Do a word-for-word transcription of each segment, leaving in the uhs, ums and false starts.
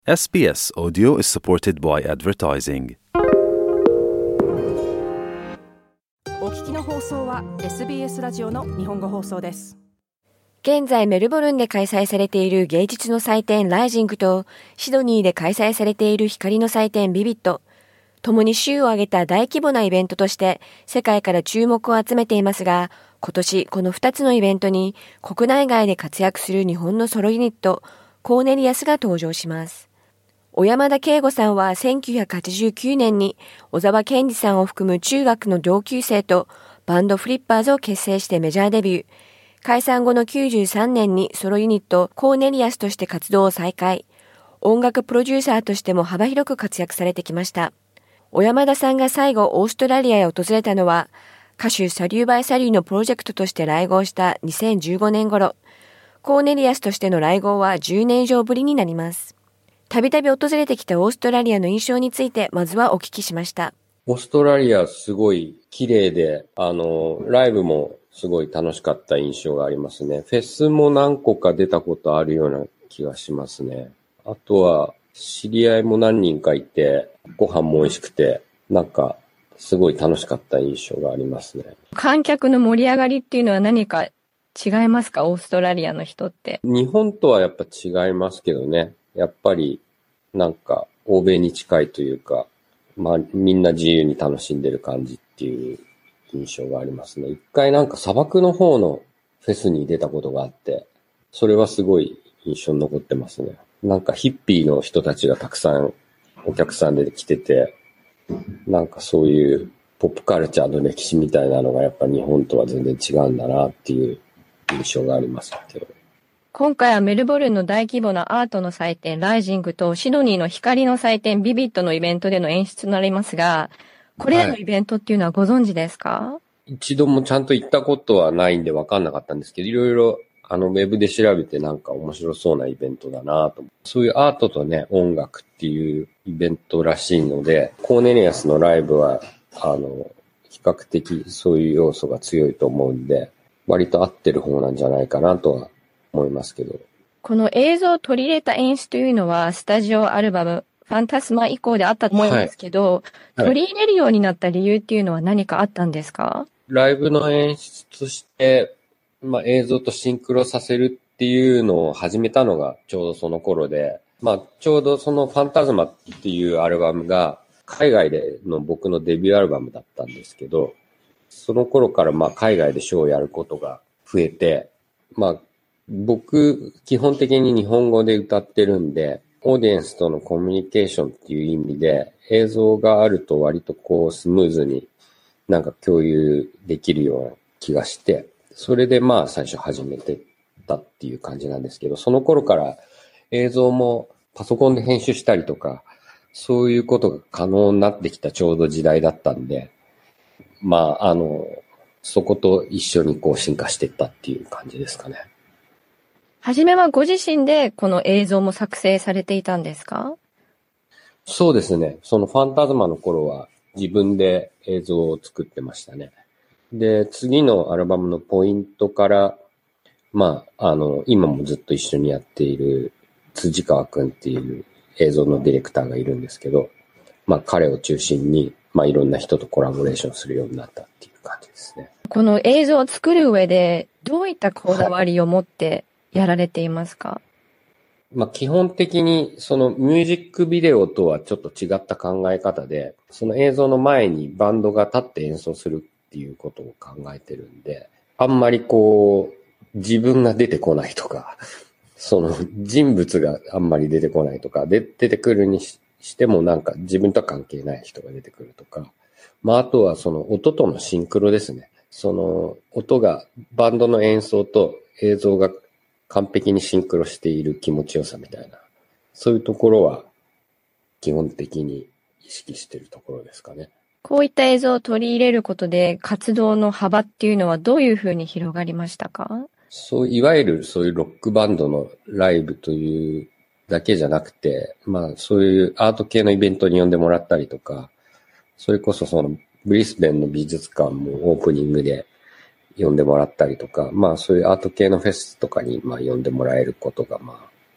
エスビーエス Audio is supported by advertising. お聞きの放送は エスビーエス ラジオの日本語放送です。 現在メルボルンで開催されている芸術の祭典ライジングとシドニーで開催されている光の祭典ビビット、ともに州を挙げた大規模なイベントとして世界から注目を集めていますが、今年このふたつのイベントに国内外で活躍する日本のソロユニットコーネリアスが登場します。小山田圭吾さんはせんきゅうひゃくはちじゅうきゅうねんに小沢健二さんを含む中学の同級生とバンドフリッパーズを結成してメジャーデビュー。解散後のきゅうじゅうさんねんにソロユニットコーネリアスとして活動を再開。音楽プロデューサーとしても幅広く活躍されてきました。小山田さんが最後オーストラリアへ訪れたのは歌手サリューバイサリューのプロジェクトとして来合したにせんじゅうごねん頃。コーネリアスとしての来合はじゅうねん以上ぶりになります。たびたび訪れてきたオーストラリアの印象についてまずはお聞きしました。 オーストラリアすごい綺麗で、あの、ライブもすごい楽しかった印象がありますね。フェスも何個か出たことあるような気がしますね。あとは知り合いも何人かいて、ご飯も美味しくて、なんかすごい楽しかった印象がありますね。 観客の盛り上がりっていうのは何か違いますか？オーストラリアの人って。 日本とはやっぱ違いますけどね。やっぱりなんか欧米に近いというか、まあみんな自由に楽しんでる感じっていう印象がありますね。一回なんか砂漠の方のフェスに出たことがあって、それはすごい印象に残ってますね。なんかヒッピーの人たちがたくさんお客さんで来てて、なんかそういうポップカルチャーの歴史みたいなのがやっぱ日本とは全然違うんだなっていう印象がありますけど。 今回はメルボルンの大規模なアートの祭典ライジングとシドニーの光の祭典ビビットのイベントでの演出となりますが、これらのイベントっていうのはご存知ですか？はい、 一度もちゃんと行ったことはないんで分かんなかったんですけど、いろいろあのウェブで調べてなんか面白そうなイベントだなと。そういうアートとね、音楽っていうイベントらしいので、コーネリアスのライブはあの比較的そういう要素が強いと思うんで、割と合ってる方なんじゃないかなとは思いますけど。 この映像を取り入れた演出というのはスタジオアルバムファンタスマ以降であったと思いますけど、はいはい、取り入れるようになった理由っていうのは何かあったんですか？ ライブの演出として、まあ、映像とシンクロさせるっていうのを始めたのがちょうどその頃で、まあ、ちょうどそのファンタズマっていうアルバムが海外での僕のデビューアルバムだったんですけど、その頃からまあ海外でショーをやることが増えて、まあ僕基本的に日本語で歌ってるんで、オーディエンスとのコミュニケーションっていう意味で映像があると割とこうスムーズになんか共有できるような気がして、それでまあ最初始めてたっていう感じなんですけど、その頃から映像もパソコンで編集したりとか、そういうことが可能になってきたちょうど時代だったんで、まああの、そこと一緒にこう進化していったっていう感じですかね。 はじめはご自身でこの映像も作成されていたんですか？ そうですね。そのファンタズマの頃は自分で映像を作ってましたね。で、次のアルバムのポイントから、まあ、あの、今もずっと一緒にやっている辻川くんっていう映像のディレクターがいるんですけど、まあ彼を中心に、まあいろんな人とコラボレーションするようになったっていう感じですね。 この映像を作る上でどういったこだわりを持ってやられていますか？はい、 まあ基本的にそのミュージックビデオとはちょっと違った考え方で、その映像の前にバンドが立って演奏するっていうことを考えてるんで、あんまりこう自分が出てこないとか、その人物があんまり出てこないとか、で出てくるにしてもなんか自分とは関係ない人が出てくるとか、まああとはその音とのシンクロですね。その音がバンドの演奏と映像が完璧にシンクロしている気持ちよさみたいな、そういうところは基本的に意識しているところですかね。 こういった映像を取り入れることで活動の幅っていうのはどういうふうに広がりましたか？ そう、いわゆるそういうロックバンドのライブというだけじゃなくて、まあそういうアート系のイベントに呼んでもらったりとか、それこそそのブリスベンの美術館もオープニングで呼んでもらったりとか、まあそういうアート系のフェスとかにまあ呼んでもらえることがまあ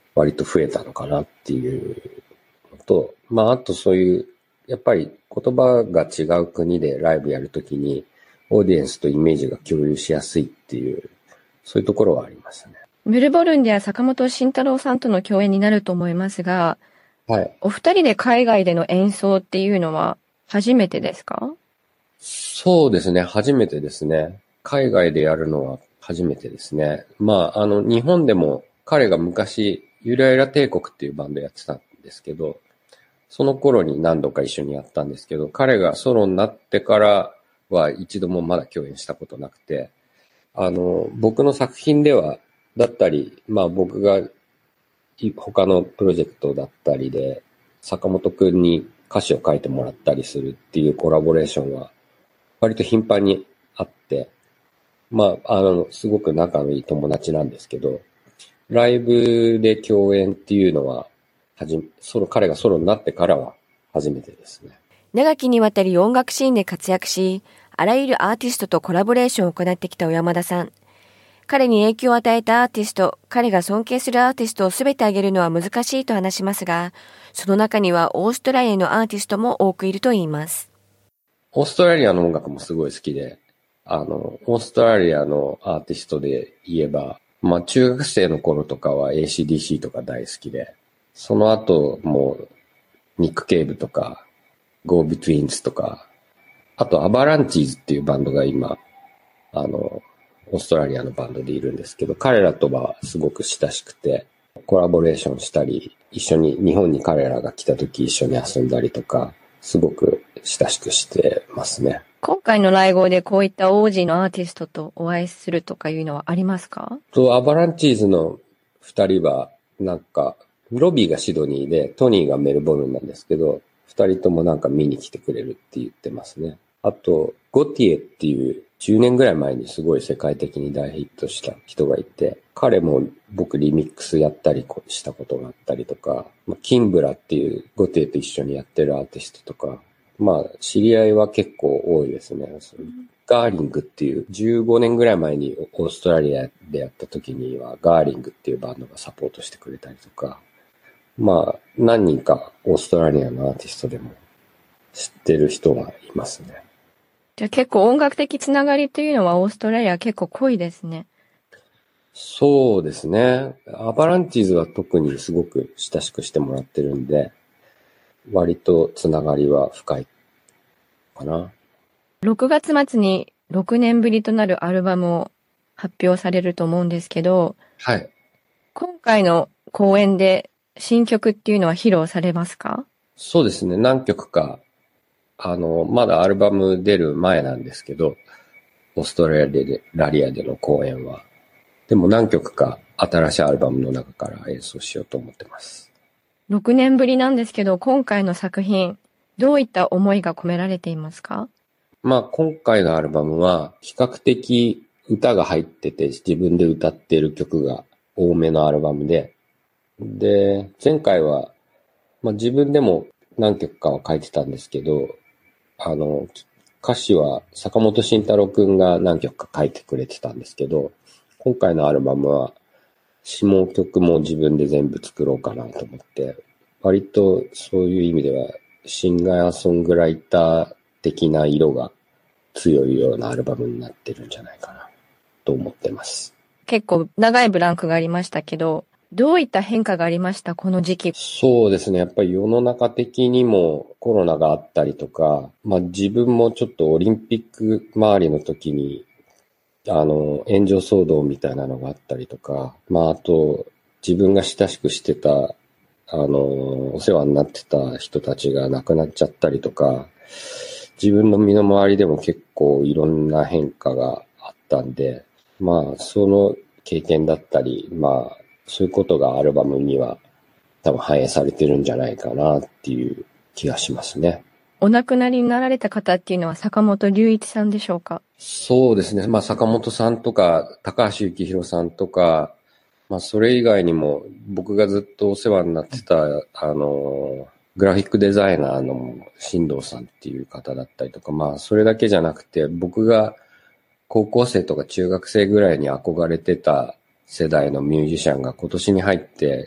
割と増えたのかなっていうのと、まああとそういう、やっぱり言葉が違う国でライブやるときに、オーディエンスとイメージが共有しやすいっていう、そういうところはありましたね。 メルボルンでは坂本慎太郎さんとの共演になると思いますが、 はい。 お二人で海外での演奏っていうのは初めてですか？ そうですね、初めてですね。海外でやるのは初めてですね。まあ、あの、日本でも彼が昔、ゆらゆら帝国っていうバンドやってたんですけど、その頃に何度か一緒にやったんですけど、彼がソロになってからは一度もまだ共演したことなくて、あの、僕の作品では、だったり、まあ僕が他のプロジェクトだったりで、坂本くんに歌詞を書いてもらったりするっていうコラボレーションは、割と頻繁にあって、まあ、あの、すごく仲のいい友達なんですけど、ライブで共演っていうのは、はじめ、ソロ、彼がソロになってからは初めてですね。 長きにわたり音楽シーンで活躍し、あらゆるアーティストとコラボレーションを行ってきた小山田さん。彼に影響を与えたアーティスト、彼が尊敬するアーティストをすべて挙げるのは難しいと話しますが、その中にはオーストラリアのアーティストも多くいるといいます。 オーストラリアの音楽もすごい好きで、あの、オーストラリアのアーティストで言えば、まあ中学生の頃とかは エーシーディーシー とか大好きで、その後もニック・ケイブとか、ゴー・ビトゥインズとか、あとアバランチーズっていうバンドが今、あの、オーストラリアのバンドでいるんですけど、彼らとはすごく親しくて、コラボレーションしたり、一緒に、日本に彼らが来た時一緒に遊んだりとか、すごく親しくしてますね。 今回の来号でこういったオージーのアーティストとお会いするとかいうのはありますか？ と、アバランチーズの二人は、なんか、ロビーがシドニーで、トニーがメルボルンなんですけど、二人ともなんか見に来てくれるって言ってますね。あと、ゴティエっていうじゅうねんぐらい前にすごい世界的に大ヒットした人がいて、彼も僕リミックスやったりしたことがあったりとか、キンブラっていうゴティエと一緒にやってるアーティストとか、まあ知り合いは結構多いですね。ガーリングっていうじゅうごねんぐらい前にオーストラリアでやった時にはガーリングっていうバンドがサポートしてくれたりとか、まあ何人かオーストラリアのアーティストでも知ってる人がいますね。 じゃあ結構音楽的つながりというのはオーストラリア結構濃いですね。 そうですね。アバランチーズは特にすごく親しくしてもらってるんで、割とつながりは深いかな。 ろくがつ末にろくねんぶりとなるアルバムを発表されると思うんですけど、 はい。 今回の公演で新曲っていうのは披露されますか？ そうですね。何曲か、あの、まだアルバム出る前なんですけど、オーストラリアでの公演は。でも何曲か新しいアルバムの中から演奏しようと思ってます。 ろくねんぶりなんですけど、今回の作品、どういった思いが込められていますか？ まあ今回のアルバムは比較的歌が入ってて自分で歌っている曲が多めのアルバムで、で、前回は、まあ自分でも何曲かは書いてたんですけど、あの、歌詞は坂本慎太郎くんが何曲か書いてくれてたんですけど、今回のアルバムは詞も曲も自分で全部作ろうかなと思って、割とそういう意味ではシンガーソングライター的な色が強いようなアルバムになってるんじゃないかなと思ってます。 結構長いブランクがありましたけど、どういった変化がありましたこの時期？ そうですね。やっぱり世の中的にもコロナがあったりとか、まあ自分もちょっとオリンピック周りの時にあの、炎上騒動みたいなのがあったりとか、まあ、あと、自分が親しくしてた、あの、お世話になってた人たちが亡くなっちゃったりとか、自分の身の回りでも結構いろんな変化があったんで、まあ、その経験だったり、まあ、そういうことがアルバムには多分反映されてるんじゃないかなっていう気がしますね。 お亡くなりになられた方っていうのは坂本龍一さんでしょうか？ そうですね。まあ坂本さんとか高橋幸宏さんとか、まあそれ以外にも僕がずっとお世話になってた、あの、グラフィックデザイナーの新藤さんっていう方だったりとか、まあそれだけじゃなくて僕が高校生とか中学生ぐらいに憧れてた世代のミュージシャンが今年に入って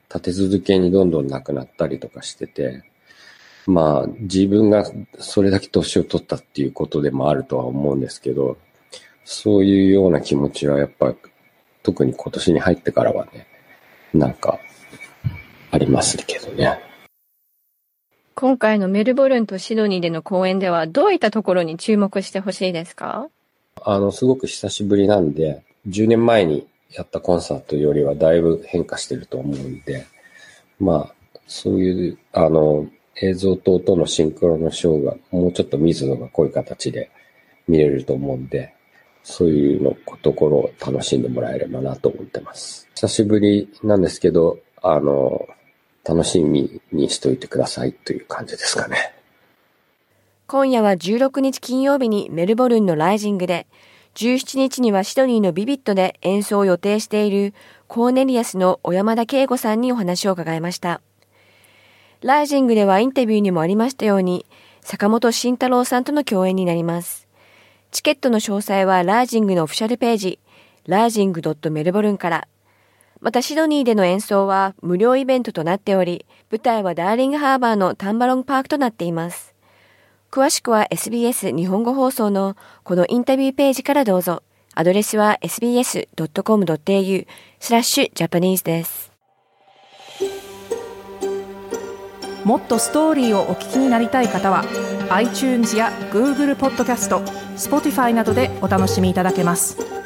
立て続けにどんどん亡くなったりとかしてて、まあ自分がそれだけ年を取ったっていうことでもあるとは思うんですけど、そういうような気持ちはやっぱ特に今年に入ってからはね、なんかありますけどね。 今回のメルボルンとシドニーでの公演ではどういったところに注目してほしいですか？ あの、すごく久しぶりなんで、じゅうねんまえにやったコンサートよりはだいぶ変化してると思うんで、まあ、そういう、あの、映像と音のシンクロのショーがもうちょっと密度が濃い形で見れると思うんで、そういうのところを楽しんでもらえればなと思ってます。久しぶりなんですけど、あの、楽しみにしといてくださいという感じですかね。 今夜はじゅうろくにち金曜日にメルボルンのライジングで、じゅうしちにちにはシドニーのビビットで演奏を予定しているコーネリアスの小山田圭吾さんにお話を伺いました。ライジングではインタビューにもありましたように、坂本慎太郎さんとの共演になります。チケットの詳細はライジングのオフィシャルページ、ライジングドットメルボルン から。またシドニーでの演奏は無料イベントとなっており、舞台はダーリングハーバーのタンバロンパークとなっています。詳しくは エスビーエス 日本語放送のこのインタビューページからどうぞ。アドレスは エスビーエスドットコムドットエーユー スラッシュジャパニーズです。 もっとストーリーをお聞きになりたい方は iTunes や Google ポッドキャスト、Spotify などでお楽しみいただけます。